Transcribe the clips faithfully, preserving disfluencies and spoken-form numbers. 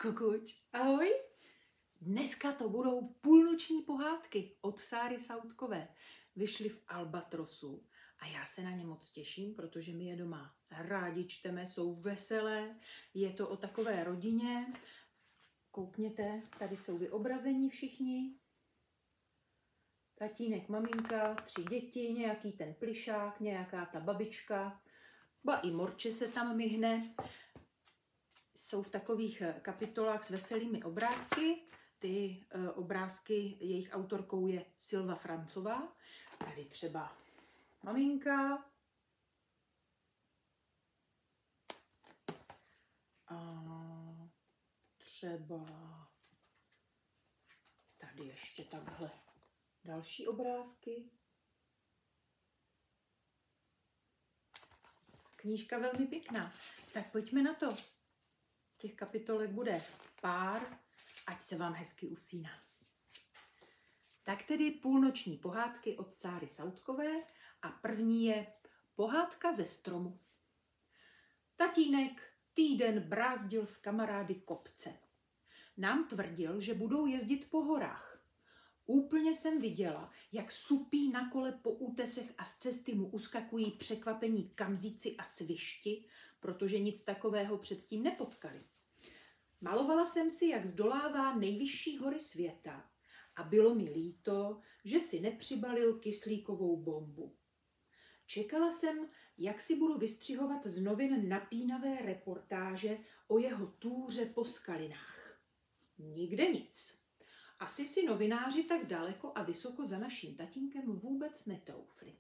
Kukuč. Ahoj. Dneska to budou půlnoční pohádky od Sáry Sautkové. Vyšly v Albatrosu a já se na ně moc těším, protože my je doma rádi čteme, jsou veselé. Je to o takové rodině. Koukněte, tady jsou vyobrazení všichni. Tatínek, maminka, tři děti, nějaký ten plišák, nějaká ta babička. Ba i Morče se tam myhne. Jsou v takových kapitolách s veselými obrázky. Ty e, obrázky, jejich autorkou je Silva Francová. Tady třeba maminka. A třeba tady ještě takhle další obrázky. Knížka velmi pěkná. Tak pojďme na to. Těch kapitolek bude pár, ať se vám hezky usíná. Tak tedy půlnoční pohádky od Sáry Sautkové a první je Pohádka ze stromu. Tatínek týden brázdil s kamarády kopce. Nám tvrdil, že budou jezdit po horách. Úplně jsem viděla, jak supí na kole po útesech a z cesty mu uskakují překvapení kamzíci a svišti, protože nic takového předtím nepotkali. Malovala jsem si, jak zdolává nejvyšší hory světa a bylo mi líto, že si nepřibalil kyslíkovou bombu. Čekala jsem, jak si budu vystřihovat z novin napínavé reportáže o jeho túře po skalinách. Nikde nic. Asi si novináři tak daleko a vysoko za naším tatínkem vůbec netoufli.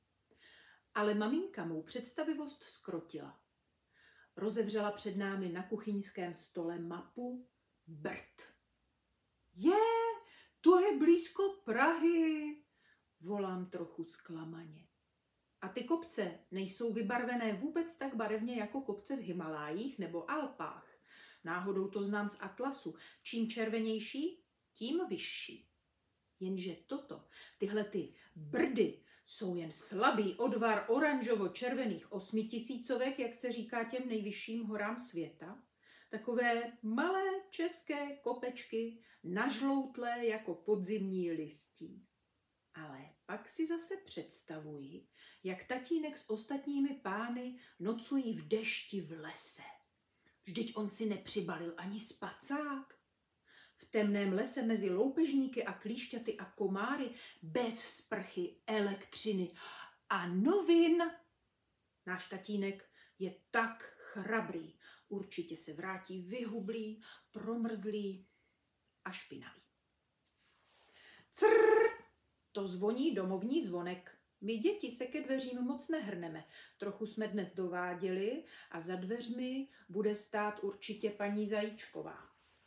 Ale maminka mou představivost zkrotila. Rozevřela před námi na kuchyňském stole mapu Brd. Je, to je blízko Prahy, volám trochu zklamaně. A ty kopce nejsou vybarvené vůbec tak barevně jako kopce v Himalájích nebo Alpách. Náhodou to znám z atlasu. Čím červenější, tím vyšší. Jenže toto, tyhle ty Brdy, jsou jen slabý odvar oranžovo-červených osmitisícovek, jak se říká těm nejvyšším horám světa. Takové malé české kopečky, nažloutlé jako podzimní listí. Ale pak si zase představuji, jak tatínek s ostatními pány nocují v dešti v lese. Vždyť on si nepřibalil ani spacák. V temném lese mezi loupežníky a klíšťaty a komáry, bez sprchy, elektřiny a novin. Náš tatínek je tak chrabrý. Určitě se vrátí vyhublý, promrzlý a špinavý. Crrr, to zvoní domovní zvonek. My děti se ke dveřím moc nehrneme. Trochu jsme dnes dováděli a za dveřmi bude stát určitě paní Zajíčková.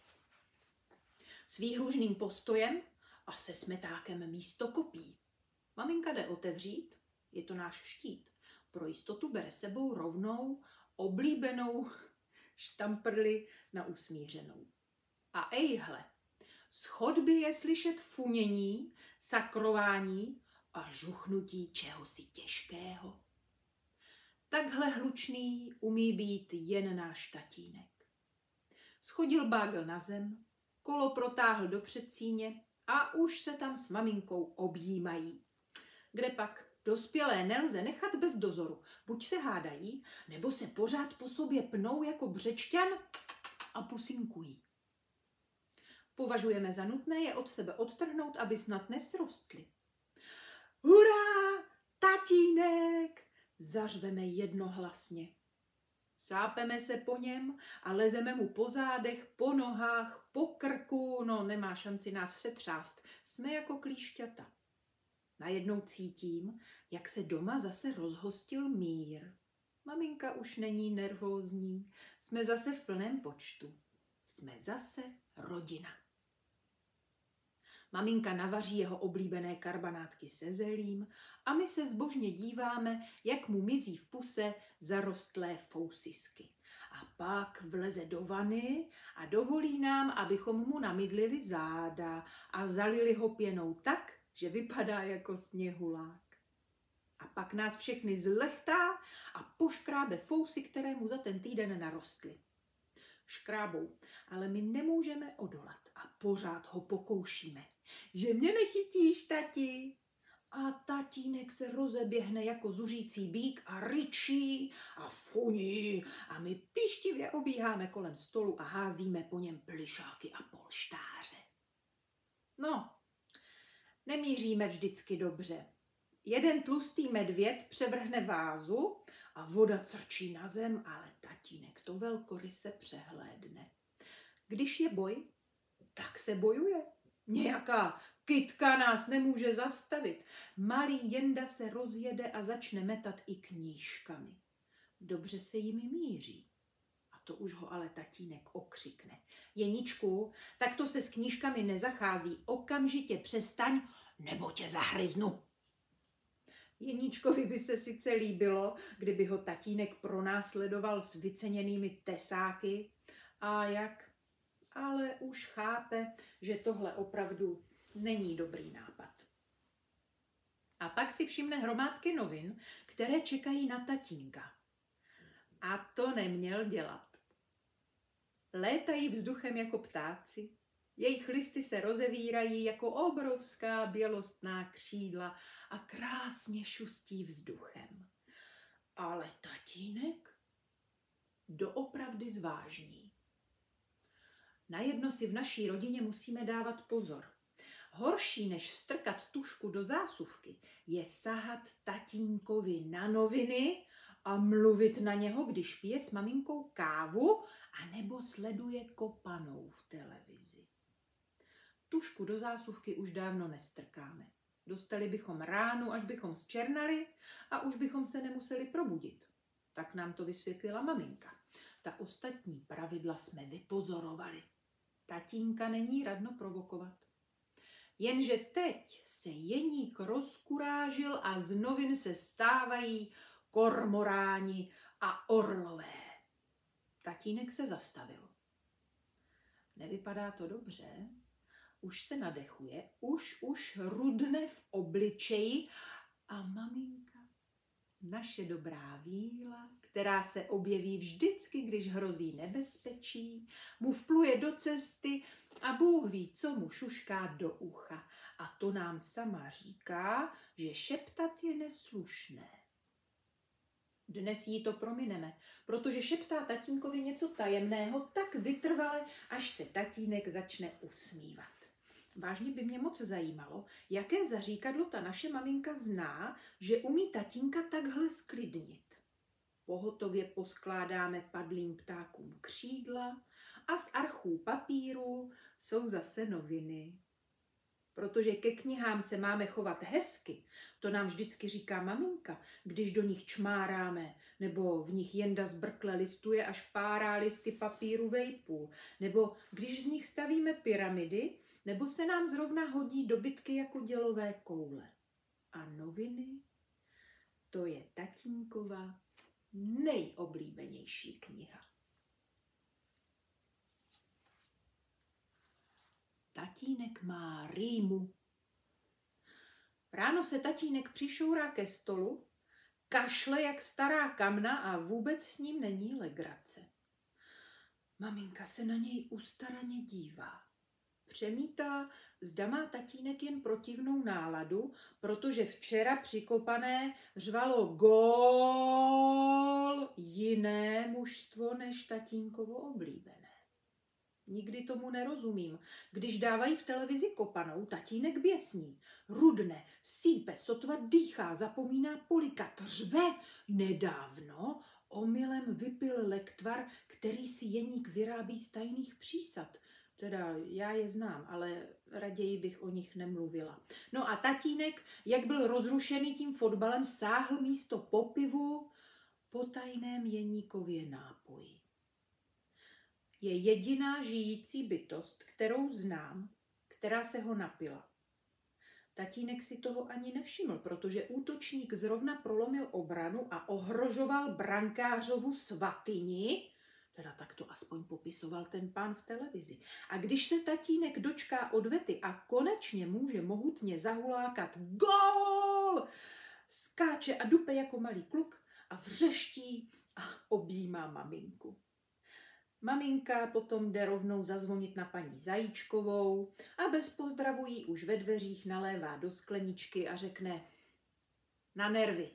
S výhružným postojem a se smetákem místo kopí. Maminka jde otevřít, je to náš štít. Pro jistotu bere sebou rovnou oblíbenou štamprli na usmířenou. A ejhle, z chodby je slyšet funění, sakrování a žuchnutí čehosi těžkého. Takhle hlučný umí být jen náš tatínek. Schodil bágl na zem, kolo protáhl do předsíně a už se tam s maminkou objímají. Kdepak dospělé nelze nechat bez dozoru. Buď se hádají, nebo se pořád po sobě pnou jako břečťan a pusinkují. Považujeme za nutné je od sebe odtrhnout, aby snad nesrostly. Hurá, tatínek, zařveme jednohlasně. Sápeme se po něm a lezeme mu po zádech, po nohách, po krku, no nemá šanci nás setřást. Jsme jako klíšťata. Najednou cítím, jak se doma zase rozhostil mír. Maminka už není nervózní, jsme zase v plném počtu. Jsme zase rodina. Maminka navaří jeho oblíbené karbanátky se zelím a my se zbožně díváme, jak mu mizí v puse zarostlé fousisky. A pak vleze do vany a dovolí nám, abychom mu namydlili záda a zalili ho pěnou tak, že vypadá jako sněhulák. A pak nás všechny zlechtá a poškrábe fousy, které mu za ten týden narostly. škrábou, ale my nemůžeme odolat a pořád ho pokoušíme. Že mě nechytíš, tati? A tatínek se rozeběhne jako zuřící býk a ryčí a funí a my pištivě obíháme kolem stolu a házíme po něm plišáky a polštáře. No, nemíříme vždycky dobře. Jeden tlustý medvěd převrhne vázu a voda crčí na zem, ale tatínek to velkoryse přehlédne. Když je boj, tak se bojuje. Nějaká kytka nás nemůže zastavit. Malý Jenda se rozjede a začne metat i knížkami. Dobře se jimi míří. A to už ho ale tatínek okřikne. Jeničku, tak to se s knížkami nezachází. Okamžitě přestaň, nebo tě zahryznu. Jeníčkovi by se sice líbilo, kdyby ho tatínek pronásledoval s vyceněnými tesáky. A jak? Ale už chápe, že tohle opravdu není dobrý nápad. A pak si všimne hromádky novin, které čekají na tatínka. A to neměl dělat. Létají vzduchem jako ptáci. Jejich listy se rozevírají jako obrovská bělostná křídla a krásně šustí vzduchem. Ale tatínek doopravdy zvážní. Na jedno si v naší rodině musíme dávat pozor. Horší než strkat tušku do zásuvky je sahat tatínkovi na noviny a mluvit na něho, když pije s maminkou kávu anebo sleduje Kopanou v televizi. Tušku do zásuvky už dávno nestrkáme. Dostali bychom ránu, až bychom zčernali a už bychom se nemuseli probudit. Tak nám to vysvětlila maminka. Ta ostatní pravidla jsme vypozorovali. Tatínka není radno provokovat. Jenže teď se Jeník rozkurážil a z novin se stávají kormoráni a orlové. Tatínek se zastavil. Nevypadá to dobře. Už se nadechuje, už, už rudne v obličeji a maminka, naše dobrá víla, která se objeví vždycky, když hrozí nebezpečí, mu vpluje do cesty a Bůh ví, co mu šušká do ucha. A to nám sama říká, že šeptat je neslušné. Dnes jí to promineme, protože šeptá tatínkovi něco tajemného tak vytrvale, až se tatínek začne usmívat. Vážně by mě moc zajímalo, jaké zaříkadlo ta naše maminka zná, že umí tatínka takhle sklidnit. Pohotově poskládáme padlým ptákům křídla a z archů papíru jsou zase noviny. Protože ke knihám se máme chovat hezky, to nám vždycky říká maminka, když do nich čmáráme, nebo v nich Jenda zbrkle listuje až párá listy papíru vejpůl, nebo když z nich stavíme pyramidy, nebo se nám zrovna hodí dobytky jako dělové koule. A noviny, to je tatínkova nejoblíbenější kniha. Tatínek má rýmu. Ráno se tatínek přišourá ke stolu, kašle jak stará kamna a vůbec s ním není legrace. Maminka se na něj ustaraně dívá. Přemítá, zda má tatínek jen protivnou náladu, protože včera při Kopané řvalo gól jiné mužstvo než tatínkovo oblíbené. Nikdy tomu nerozumím. Když dávají v televizi Kopanou, tatínek běsní. Rudne, sípe, sotva dýchá, zapomíná polikat, řve. Nedávno omylem vypil lektvar, který si Jeník vyrábí z tajných přísad. Teda já je znám, ale raději bych o nich nemluvila. No a tatínek, jak byl rozrušený tím fotbalem, sáhl místo po pivu po tajném Jeníkově nápoji. Je jediná žijící bytost, kterou znám, která se ho napila. Tatínek si toho ani nevšiml, protože útočník zrovna prolomil obranu a ohrožoval brankářovu svatyni, teda tak to aspoň popisoval ten pán v televizi. A když se tatínek dočká odvety a konečně může mohutně zahulákat gól, skáče a dupe jako malý kluk a vřeští a objímá maminku. Maminka potom jde rovnou zazvonit na paní Zajíčkovou a bez pozdravu jí už ve dveřích nalévá do skleničky a řekne na nervy.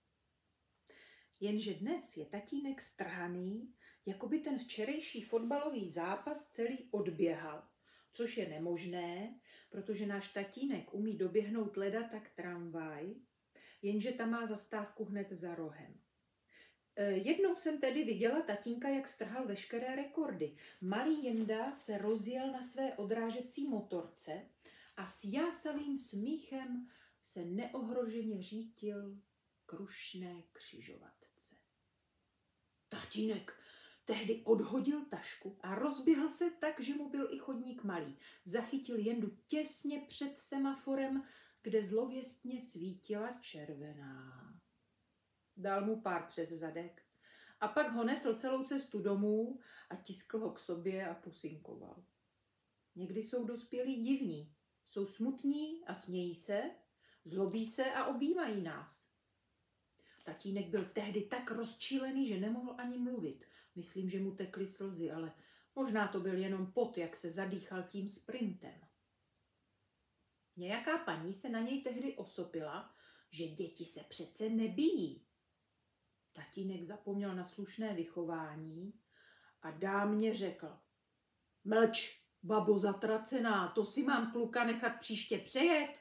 Jenže dnes je tatínek strhaný, jako by ten včerejší fotbalový zápas celý odběhal, což je nemožné, protože náš tatínek umí doběhnout leda tak tramvaj, jenže ta má zastávku hned za rohem. Jednou jsem tedy viděla tatínka, jak strhal veškeré rekordy. Malý Jenda se rozjel na své odrážecí motorce a s jásavým smíchem se neohroženě řítil k rušné křižovatce. Tatínek tehdy odhodil tašku a rozběhl se tak, že mu byl i chodník malý. Zachytil Jendu těsně před semaforem, kde zlověstně svítila červená. Dal mu pár přes zadek a pak ho nesl celou cestu domů a tiskl ho k sobě a pusinkoval. Někdy jsou dospělí divní, jsou smutní a smějí se, zlobí se a objímají nás. Tatínek byl tehdy tak rozčílený, že nemohl ani mluvit. Myslím, že mu tekly slzy, ale možná to byl jenom pot, jak se zadýchal tím sprintem. Nějaká paní se na něj tehdy osopila, že děti se přece nebijí. Tatínek zapomněl na slušné vychování a dámě řekl: Mlč, babo zatracená, to si mám kluka nechat příště přejet.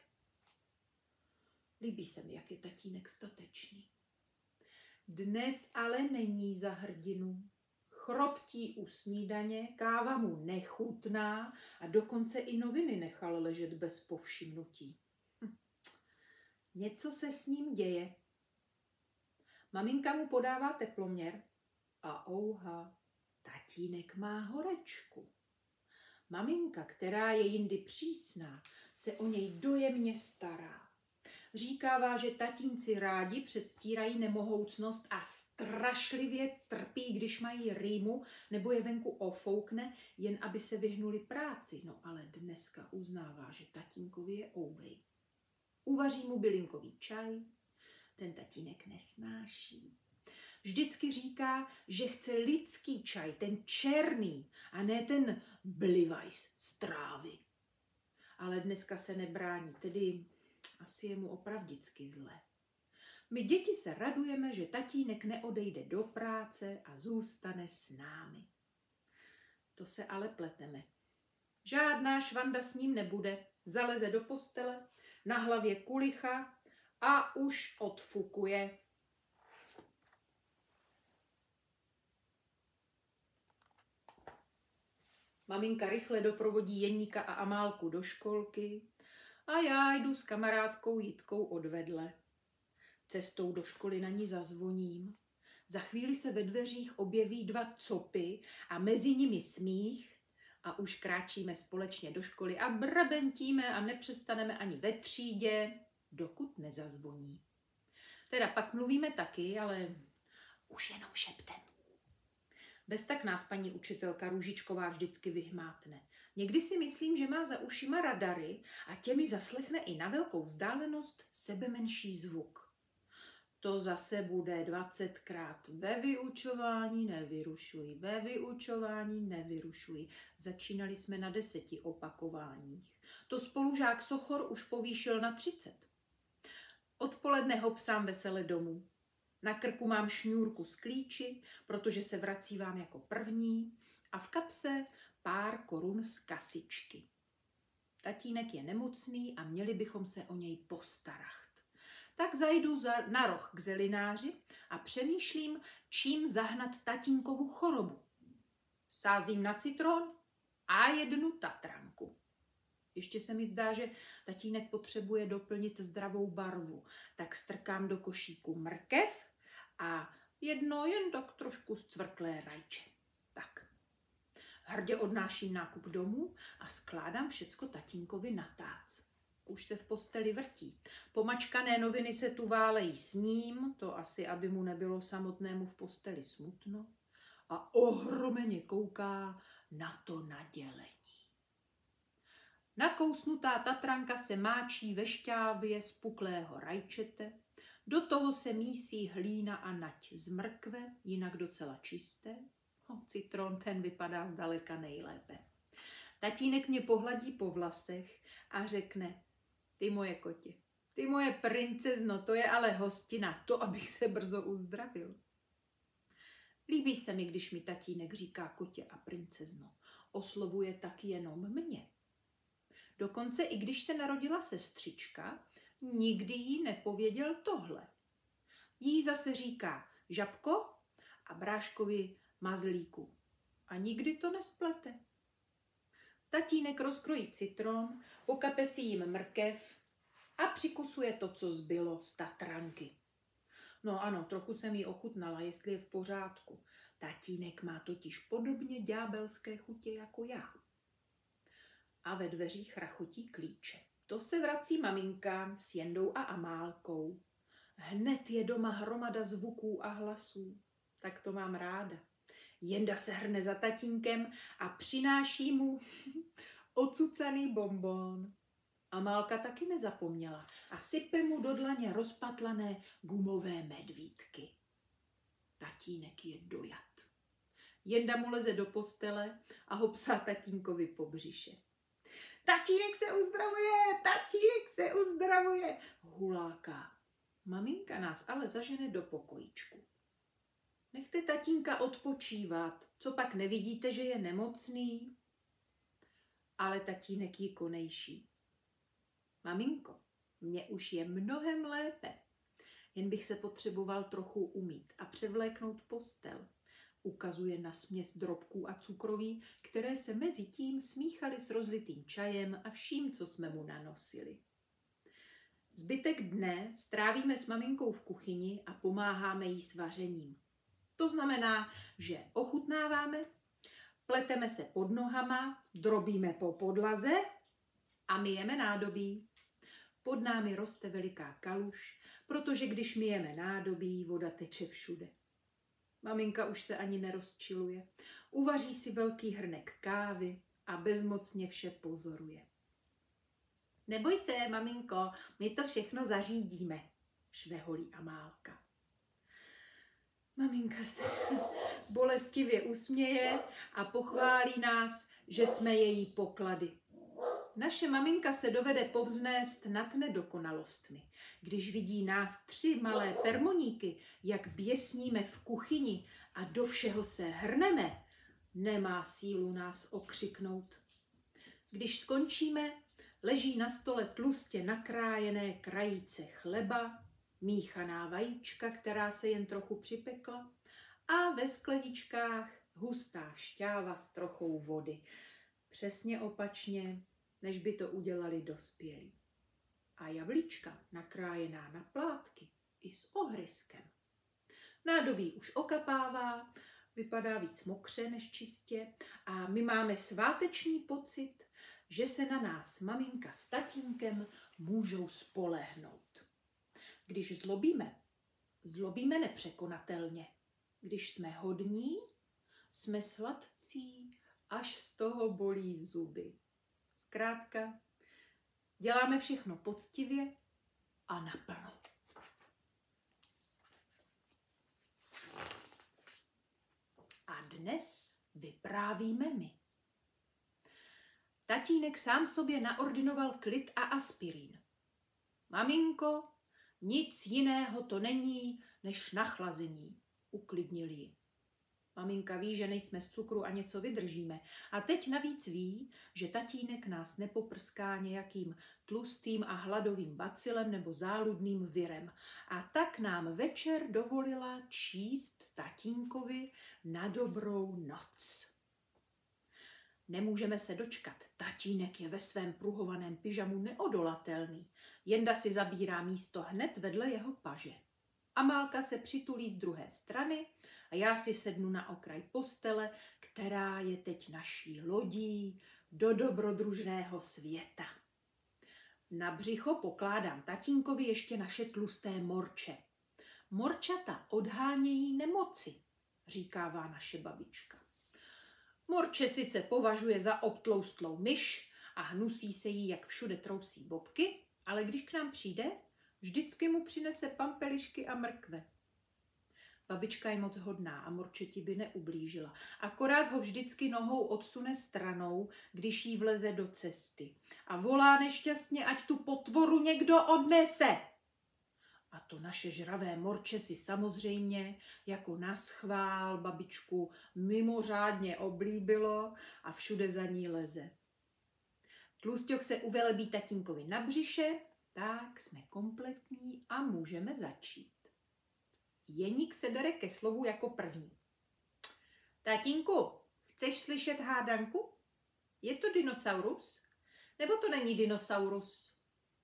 Líbí se mi, jak je tatínek statečný. Dnes ale není za hrdinu. Chroptí u snídaně, káva mu nechutná a dokonce i noviny nechal ležet bez povšimnutí. Hm. Něco se s ním děje. Maminka mu podává teploměr a ouha, tatínek má horečku. Maminka, která je jindy přísná, se o něj dojemně stará. Říkává, že tatínci rádi předstírají nemohoucnost a strašlivě trpí, když mají rýmu nebo je venku ofoukne, jen aby se vyhnuli práci. No ale dneska uznává, že tatínkovi je ouvej. Uvaří mu bylinkový čaj, ten tatínek nesnáší. Vždycky říká, že chce lidský čaj, ten černý, a ne ten blivajs z trávy. Ale dneska se nebrání, tedy asi je mu opravdicky zle. My děti se radujeme, že tatínek neodejde do práce a zůstane s námi. To se ale pleteme. Žádná švanda s ním nebude. Zaleze do postele, na hlavě kulicha a už odfukuje. Maminka rychle doprovodí Jeníka a Amálku do školky a já jdu s kamarádkou Jitkou odvedle. Cestou do školy na ní zazvoním. Za chvíli se ve dveřích objeví dva copy a mezi nimi smích a už kráčíme společně do školy a brabentíme a nepřestaneme ani ve třídě, dokud nezazvoní. Teda pak mluvíme taky, ale už jenom šeptem. Bez tak nás paní učitelka Růžičková vždycky vyhmátne. Někdy si myslím, že má za ušima radary a těmi zaslechne i na velkou vzdálenost sebemenší zvuk. To zase bude dvacetkrát ve vyučování nevyrušuji, ve vyučování nevyrušuji. Začínali jsme na deseti opakováních. To spolužák Sochor už povýšil na třicet. Odpoledne ho psám vesele domů. Na krku mám šňůrku s klíči, protože se vracívám jako první a v kapse pár korun z kasičky. Tatínek je nemocný a měli bychom se o něj postarat. Tak zajdu za, na roh k zelináři a přemýšlím, čím zahnat tatínkovu chorobu. Sázím na citron a jednu tatranku. Ještě se mi zdá, že tatínek potřebuje doplnit zdravou barvu, tak strkám do košíku mrkev a jedno jen tak trošku zcvrklé rajče. Tak. Hrdě odnáším nákup domů a skládám všecko tatínkovi na tác. Už se v posteli vrtí. Pomačkané noviny se tu válejí s ním, to asi, aby mu nebylo samotnému v posteli smutno, a ohromeně kouká na to nadělení. Nakousnutá tatranka se máčí ve šťávě z puklého rajčete, do toho se mísí hlína a nať z mrkve, jinak docela čisté. No, Citron, ten vypadá zdaleka nejlépe. Tatínek mě pohladí po vlasech a řekne, ty moje kotě, ty moje princezno, to je ale hostina, to abych se brzo uzdravil. Líbí se mi, když mi tatínek říká kotě a princezno. Oslovuje tak jenom mě. Dokonce i když se narodila sestřička, nikdy jí nepověděl tohle. Jí zase říká žabko a bráškovi mazlíku. A nikdy to nesplete. Tatínek rozkrojí citron, pokape si jim mrkev a přikusuje to, co zbylo z tatranky. No ano, trochu jsem jí ochutnala, jestli je v pořádku. Tatínek má totiž podobně ďábelské chutě jako já. A ve dveřích rachotí klíče. To se vrací maminka s Jendou a Amálkou. Hned je doma hromada zvuků a hlasů. Tak to mám ráda. Jenda se hrne za tatínkem a přináší mu ocucaný bonbon. Amálka taky nezapomněla a sype mu do dlaně rozpatlané gumové medvídky. Tatínek je dojat. Jenda mu leze do postele a hopsá tatínkovi po břiše. Tatínek se uzdravuje, tatínek se uzdravuje, huláká. Maminka nás ale zažene do pokojíčku. Nechte tatínka odpočívat, co pak nevidíte, že je nemocný? Ale tatínek je konejší. Maminko, mně už je mnohem lépe. Jen bych se potřeboval trochu umýt a převléknout postel. Ukazuje na směs drobků a cukroví, které se mezi tím smíchaly s rozlitým čajem a vším, co jsme mu nanosili. Zbytek dne strávíme s maminkou v kuchyni a pomáháme jí s vařením. To znamená, že ochutnáváme, pleteme se pod nohama, drobíme po podlaze a myjeme nádobí. Pod námi roste veliká kaluž, protože když myjeme nádobí, voda teče všude. Maminka už se ani nerozčiluje. Uvaří si velký hrnek kávy a bezmocně vše pozoruje. Neboj se, maminko, my to všechno zařídíme, šveholí Amálka. Maminka se bolestivě usměje a pochválí nás, že jsme její poklady. Naše maminka se dovede povznést nad nedokonalostmi. Když vidí nás tři malé permoníky, jak běsníme v kuchyni a do všeho se hrneme, nemá sílu nás okřiknout. Když skončíme, leží na stole tlustě nakrájené krajíce chleba, míchaná vajíčka, která se jen trochu připekla, a ve skleničkách hustá šťáva s trochou vody. Přesně opačně, než by to udělali dospělí. A jablíčka nakrájená na plátky i s ohryskem. Nádobí už okapává, vypadá víc mokře než čistě a my máme sváteční pocit, že se na nás maminka s tatínkem můžou spolehnout. Když zlobíme, zlobíme nepřekonatelně. Když jsme hodní, jsme sladcí, až z toho bolí zuby. Zkrátka, děláme všechno poctivě a naplno. A dnes vyprávíme my. Tatínek sám sobě naordinoval klid a aspirín. Maminko, nic jiného to není, než nachlazení, uklidnil ji. Maminka ví, že nejsme z cukru a něco vydržíme. A teď navíc ví, že tatínek nás nepoprská nějakým tlustým a hladovým bacilem nebo záludným virem. A tak nám večer dovolila číst tatínkovi na dobrou noc. Nemůžeme se dočkat. Tatínek je ve svém pruhovaném pyžamu neodolatelný. Jenda si zabírá místo hned vedle jeho paže. Amálka se přitulí z druhé strany a já si sednu na okraj postele, která je teď naší lodí do dobrodružného světa. Na břicho pokládám tatínkovi ještě naše tlusté morče. Morčata odhánějí nemoci, říkává naše babička. Morče sice považuje za obtloustlou myš a hnusí se jí, jak všude trousí bobky, ale když k nám přijde, vždycky mu přinese pampelišky a mrkve. Babička je moc hodná a Morčeti by neublížila. Akorát ho vždycky nohou odsune stranou, když jí vleze do cesty. A volá nešťastně, ať tu potvoru někdo odnese. A to naše žravé morče si samozřejmě jako naschvál babičku mimořádně oblíbilo a všude za ní leze. Tlusťok se uvelebí tatínkovi na břiše, tak jsme kompletní a můžeme začít. Jeník se bere ke slovu jako první. Tatínku, chceš slyšet hádanku? Je to dinosaurus? Nebo to není dinosaurus?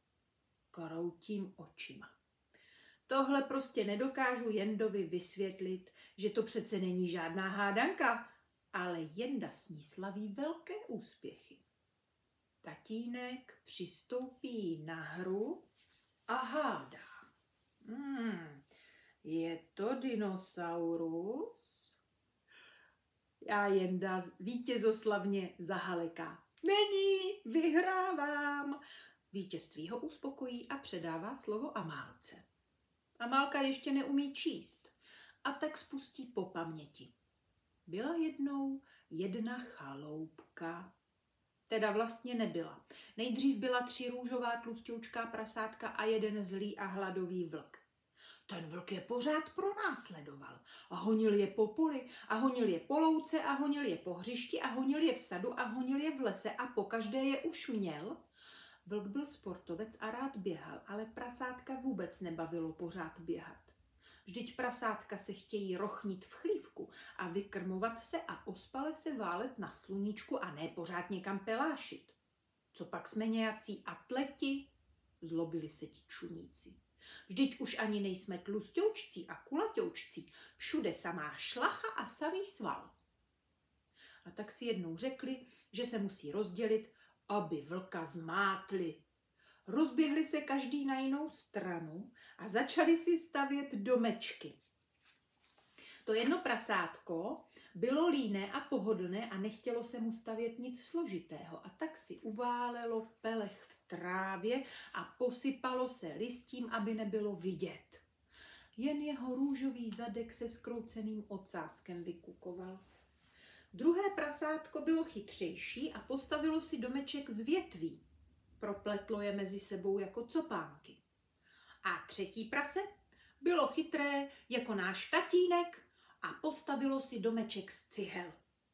Kroutím očima. Tohle prostě nedokážu Jendovi vysvětlit, že to přece není žádná hádanka, ale Jenda s ní slaví velké úspěchy. Tatínek přistoupí na hru a hádá. Hmm, je to dinosaurus? Já Jenda vítězoslavně zahaleká. Není, vyhrávám. Vítězství ho uspokojí a předává slovo Amálce. Amálka ještě neumí číst a tak spustí po paměti. Byla jednou jedna chaloupka. Teda vlastně nebyla. Nejdřív byla tři růžová tlusťoučká prasátka a jeden zlý a hladový vlk. Ten vlk je pořád pronásledoval a honil je po poli a honil je po louce a honil je po hřišti a honil je v sadu a honil je v lese a pokaždé je už měl. Vlk byl sportovec a rád běhal, ale prasátka vůbec nebavilo pořád běhat. Vždyť prasátka se chtějí rochnit v chlívku a vykrmovat se a ospale se válet na sluníčku a ne pořád někam pelášit. Co pak jsme nějací atleti? Zlobili se ti čuníci. Vždyť už ani nejsme tlusťoučcí a kulaťoučcí, všude samá šlacha a samý sval. A tak si jednou řekli, že se musí rozdělit, aby vlka zmátli. Rozběhli se každý na jinou stranu a začali si stavět domečky. To jedno prasátko bylo líné a pohodlné a nechtělo se mu stavět nic složitého a tak si uválelo pelech v trávě a posypalo se listím, aby nebylo vidět. Jen jeho růžový zadek se skrouceným ocáskem vykukoval. Druhé prasátko bylo chytřejší a postavilo si domeček z větví. Propletlo je mezi sebou jako copánky. A třetí prase bylo chytré jako náš tatínek a postavilo si domeček z cihel.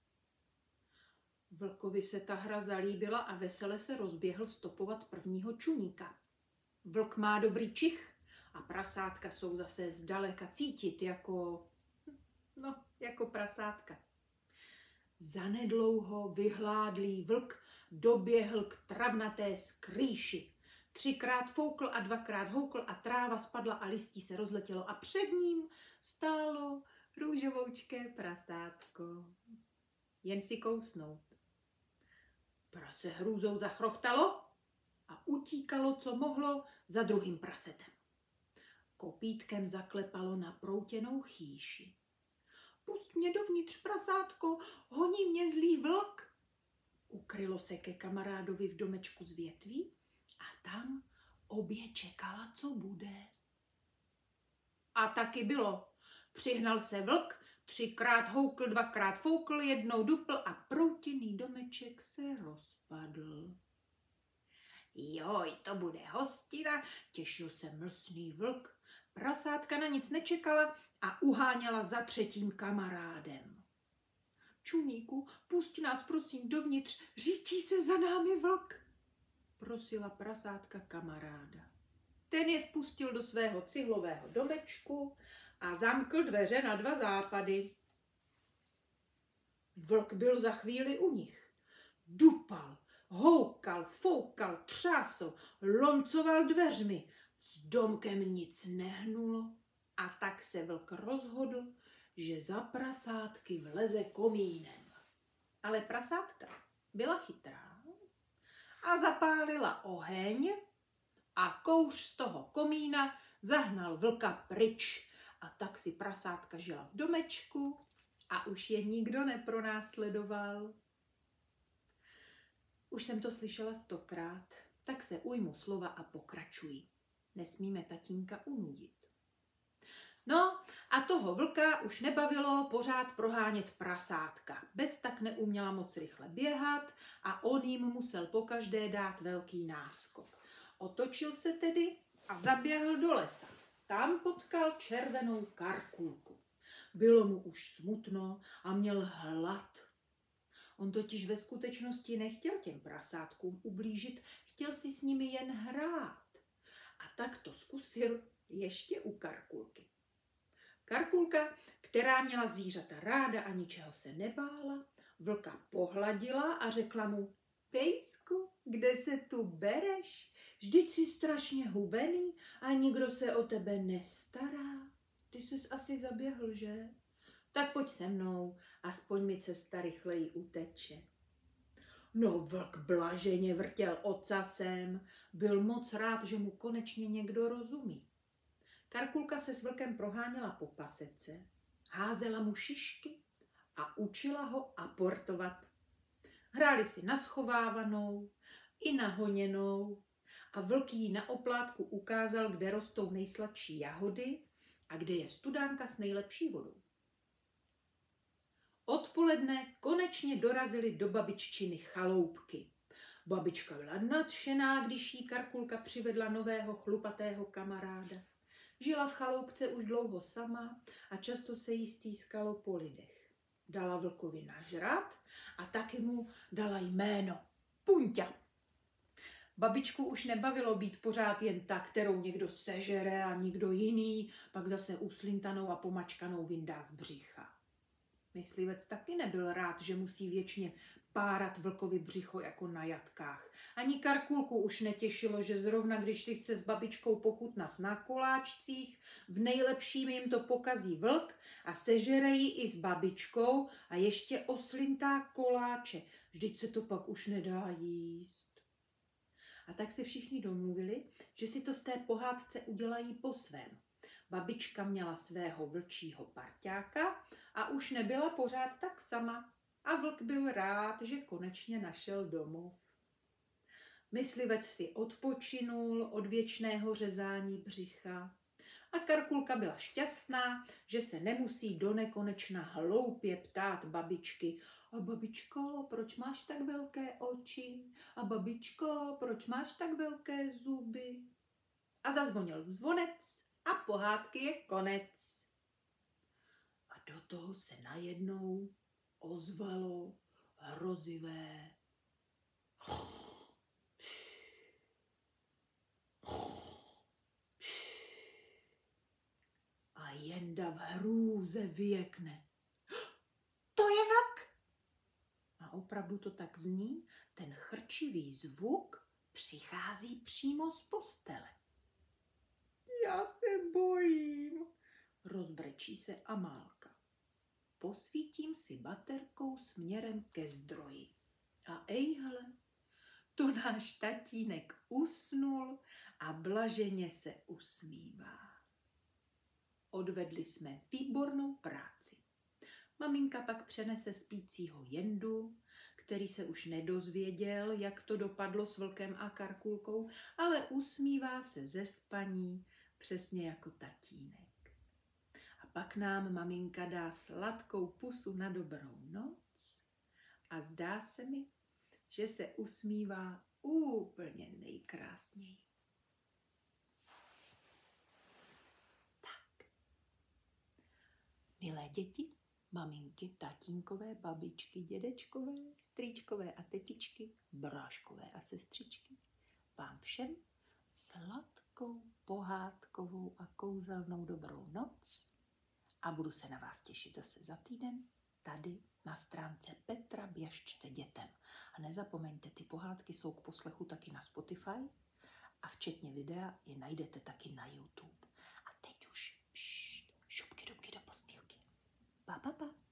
Vlkovi se ta hra zalíbila a vesele se rozběhl stopovat prvního čuníka. Vlk má dobrý čich a prasátka jsou zase zdaleka cítit jako, no, jako prasátka. Zanedlouho vyhládlý vlk doběhl k travnaté skrýši. Třikrát foukl a dvakrát houkl a tráva spadla a listí se rozletělo a před ním stálo růžovoučké prasátko. Jen si kousnout. Prase hrůzou zachrochtalo a utíkalo, co mohlo, za druhým prasetem. Kopítkem zaklepalo na proutěnou chýši. Pust mě dovnitř, prasátko, honí mě zlý vlk. Ukrylo se ke kamarádovi v domečku z větví a tam obě čekala, co bude. A taky bylo. Přihnal se vlk, třikrát houkl, dvakrát foukl, jednou dupl a proutěný domeček se rozpadl. Joj, to bude hostina, těšil se mlsný vlk. Prasátka na nic nečekala a uháněla za třetím kamarádem. Čuníku, pusť nás prosím dovnitř, řítí se za námi vlk, prosila prasátka kamaráda. Ten je vpustil do svého cihlového domečku a zamkl dveře na dva západy. Vlk byl za chvíli u nich. Dupal, houkal, foukal, třásl, lomcoval dveřmi. S domkem nic nehnulo a tak se vlk rozhodl, že za prasátky vleze komínem. Ale prasátka byla chytrá a zapálila oheň a kouř z toho komína zahnal vlka pryč. A tak si prasátka žila v domečku a už je nikdo nepronásledoval. Už jsem to slyšela stokrát, tak se ujmu slova a pokračuji. Nesmíme tatínka unudit. No a toho vlka už nebavilo pořád prohánět prasátka. Bez tak neuměla moc rychle běhat a on jim musel pokaždé dát velký náskok. Otočil se tedy a zaběhl do lesa. Tam potkal červenou Karkulku. Bylo mu už smutno a měl hlad. On totiž ve skutečnosti nechtěl těm prasátkům ublížit, chtěl si s nimi jen hrát. A tak to zkusil ještě u Karkulky. Karkulka, která měla zvířata ráda a ničeho se nebála, vlka pohladila a řekla mu: Pejsku, kde se tu bereš? Vždyť jsi strašně hubený a nikdo se o tebe nestará. Ty jsi asi zaběhl, že? Tak pojď se mnou, aspoň mi cesta rychleji uteče. No vlk blaženě vrtěl ocasem, byl moc rád, že mu konečně někdo rozumí. Karkulka se s vlkem proháněla po pasece, házela mu šišky a učila ho aportovat. Hráli si na schovávanou i na honěnou a vlk jí na oplátku ukázal, kde rostou nejsladší jahody a kde je studánka s nejlepší vodou. Odpoledne konečně dorazili do babiččiny chaloupky. Babička byla nadšená, když jí Karkulka přivedla nového chlupatého kamaráda. Žila v chaloupce už dlouho sama a často se jí stýskalo po lidech. Dala vlkovi nažrat a taky mu dala jméno Punťa. Babičku už nebavilo být pořád jen ta, kterou někdo sežere a nikdo jiný pak zase uslintanou a pomačkanou vyndá z břicha. Myslivec taky nebyl rád, že musí věčně párat vlkovi břicho jako na jatkách. Ani Karkulku už netěšilo, že zrovna když si chce s babičkou pochutnat na koláčcích, v nejlepším jim to pokazí vlk a sežere ji i s babičkou a ještě oslintá koláče. Vždyť se to pak už nedá jíst. A tak se všichni domluvili, že si to v té pohádce udělají po svém. Babička měla svého vlčího parťáka a už nebyla pořád tak sama. A vlk byl rád, že konečně našel domov. Myslivec si odpočinul od věčného řezání břicha a Karkulka byla šťastná, že se nemusí do nekonečna hloupě ptát babičky: A babičko, proč máš tak velké oči? A babičko, proč máš tak velké zuby? A zazvonil zvonec a pohádky je konec. A do toho se najednou ozvalo hrozivé a Jenda v hrůze vyjekne: To je vlk! A opravdu to tak zní, ten chrčivý zvuk přichází přímo z postele. Já se bojím, rozbrečí se Amálka. Posvítím si baterkou směrem ke zdroji. A ejhle, to náš tatínek usnul a blaženě se usmívá. Odvedli jsme výbornou práci. Maminka pak přenese spícího Jendu, který se už nedozvěděl, jak to dopadlo s vlkem a Karkulkou, ale usmívá se ze spaní, přesně jako tatínek. A pak nám maminka dá sladkou pusu na dobrou noc a zdá se mi, že se usmívá úplně nejkrásněji. Tak. Milé děti, maminky, tatínkové, babičky, dědečkové, strýčkové a tetičky, bráškové a sestřičky, vám všem sladkou, pohádkovou a kouzelnou dobrou noc a budu se na vás těšit zase za týden tady na stránce Petra Běžčte dětem. A nezapomeňte, ty pohádky jsou k poslechu taky na Spotify a včetně videa je najdete taky na YouTube. A teď už pšt, šupky dubky do postýlky. Pa, pa, pa.